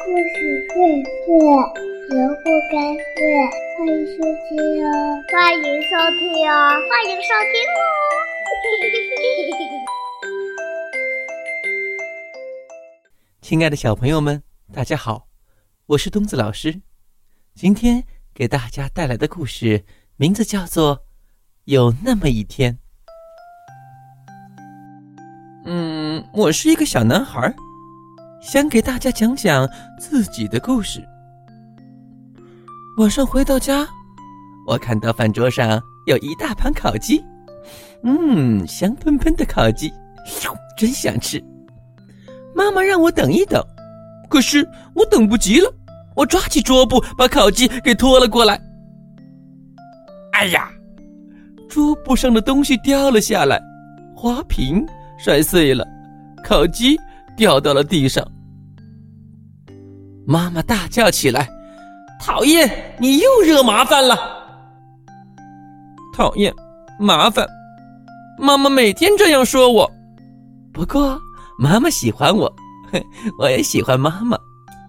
故事荟萃，萝卜开会，欢迎收听哦！欢迎收听哦！欢迎收听哦！ 亲爱的小朋友们，大家好，我是东子老师。今天给大家带来的故事名字叫做《有那么一天》。我是一个小男孩，想给大家讲讲自己的故事。晚上回到家，我看到饭桌上有一大盘烤鸡，香喷喷的烤鸡，真想吃。妈妈让我等一等，可是我等不及了，我抓起桌布把烤鸡给拖了过来。哎呀，桌布上的东西掉了下来，花瓶摔碎了，烤鸡掉到了地上。妈妈大叫起来，讨厌，你又惹麻烦了。讨厌，麻烦，妈妈每天这样说我。不过妈妈喜欢我，我也喜欢妈妈。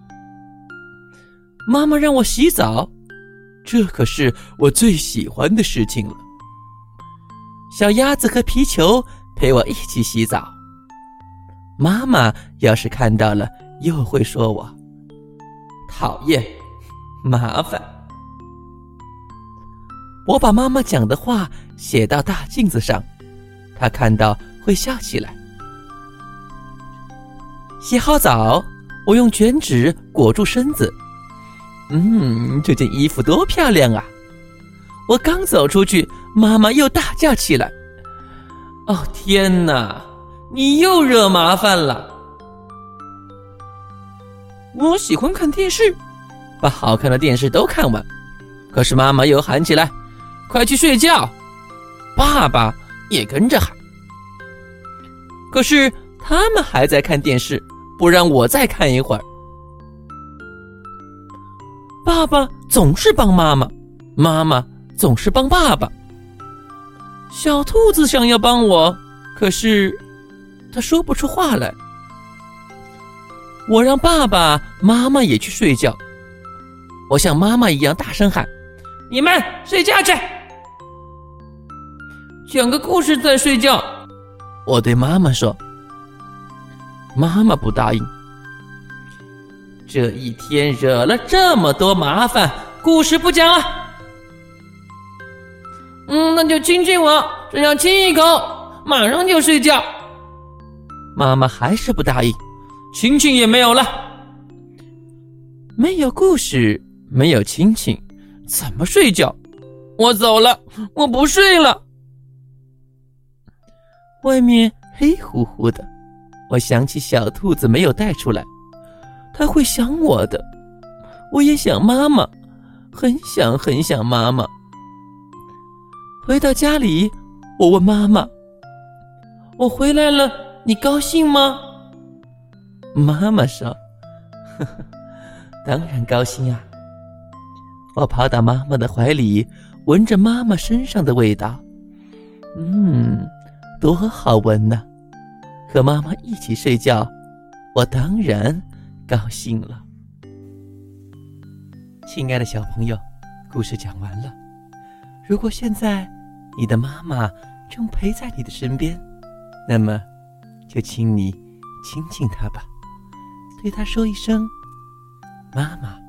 妈妈让我洗澡，这可是我最喜欢的事情了。小鸭子和皮球陪我一起洗澡。妈妈要是看到了，又会说我讨厌，麻烦。我把妈妈讲的话写到大镜子上，她看到会笑起来。洗好澡，我用卷纸裹住身子。这件衣服多漂亮啊！我刚走出去，妈妈又大叫起来。哦，天哪，你又惹麻烦了。我喜欢看电视，把好看的电视都看完。可是妈妈又喊起来，快去睡觉。爸爸也跟着喊。可是他们还在看电视，不让我再看一会儿。爸爸总是帮妈妈，妈妈总是帮爸爸。小兔子想要帮我，可是他说不出话来。我让爸爸妈妈也去睡觉，我像妈妈一样大声喊，你们睡觉去，讲个故事再睡觉。我对妈妈说。妈妈不答应。这一天惹了这么多麻烦，故事不讲了。那就亲亲我，这样亲一口，马上就睡觉。妈妈还是不答应，亲亲也没有了。没有故事，没有亲亲，怎么睡觉？我走了，我不睡了。外面黑乎乎的，我想起小兔子没有带出来，它会想我的。我也想妈妈，很想很想妈妈。回到家里，我问妈妈，我回来了，你高兴吗？妈妈说，呵呵，当然高兴啊。我跑到妈妈的怀里，闻着妈妈身上的味道，多好闻呢。和妈妈一起睡觉，我当然高兴了。亲爱的小朋友，故事讲完了。如果现在你的妈妈正陪在你的身边，那么就请你亲亲她吧，对她说一声妈妈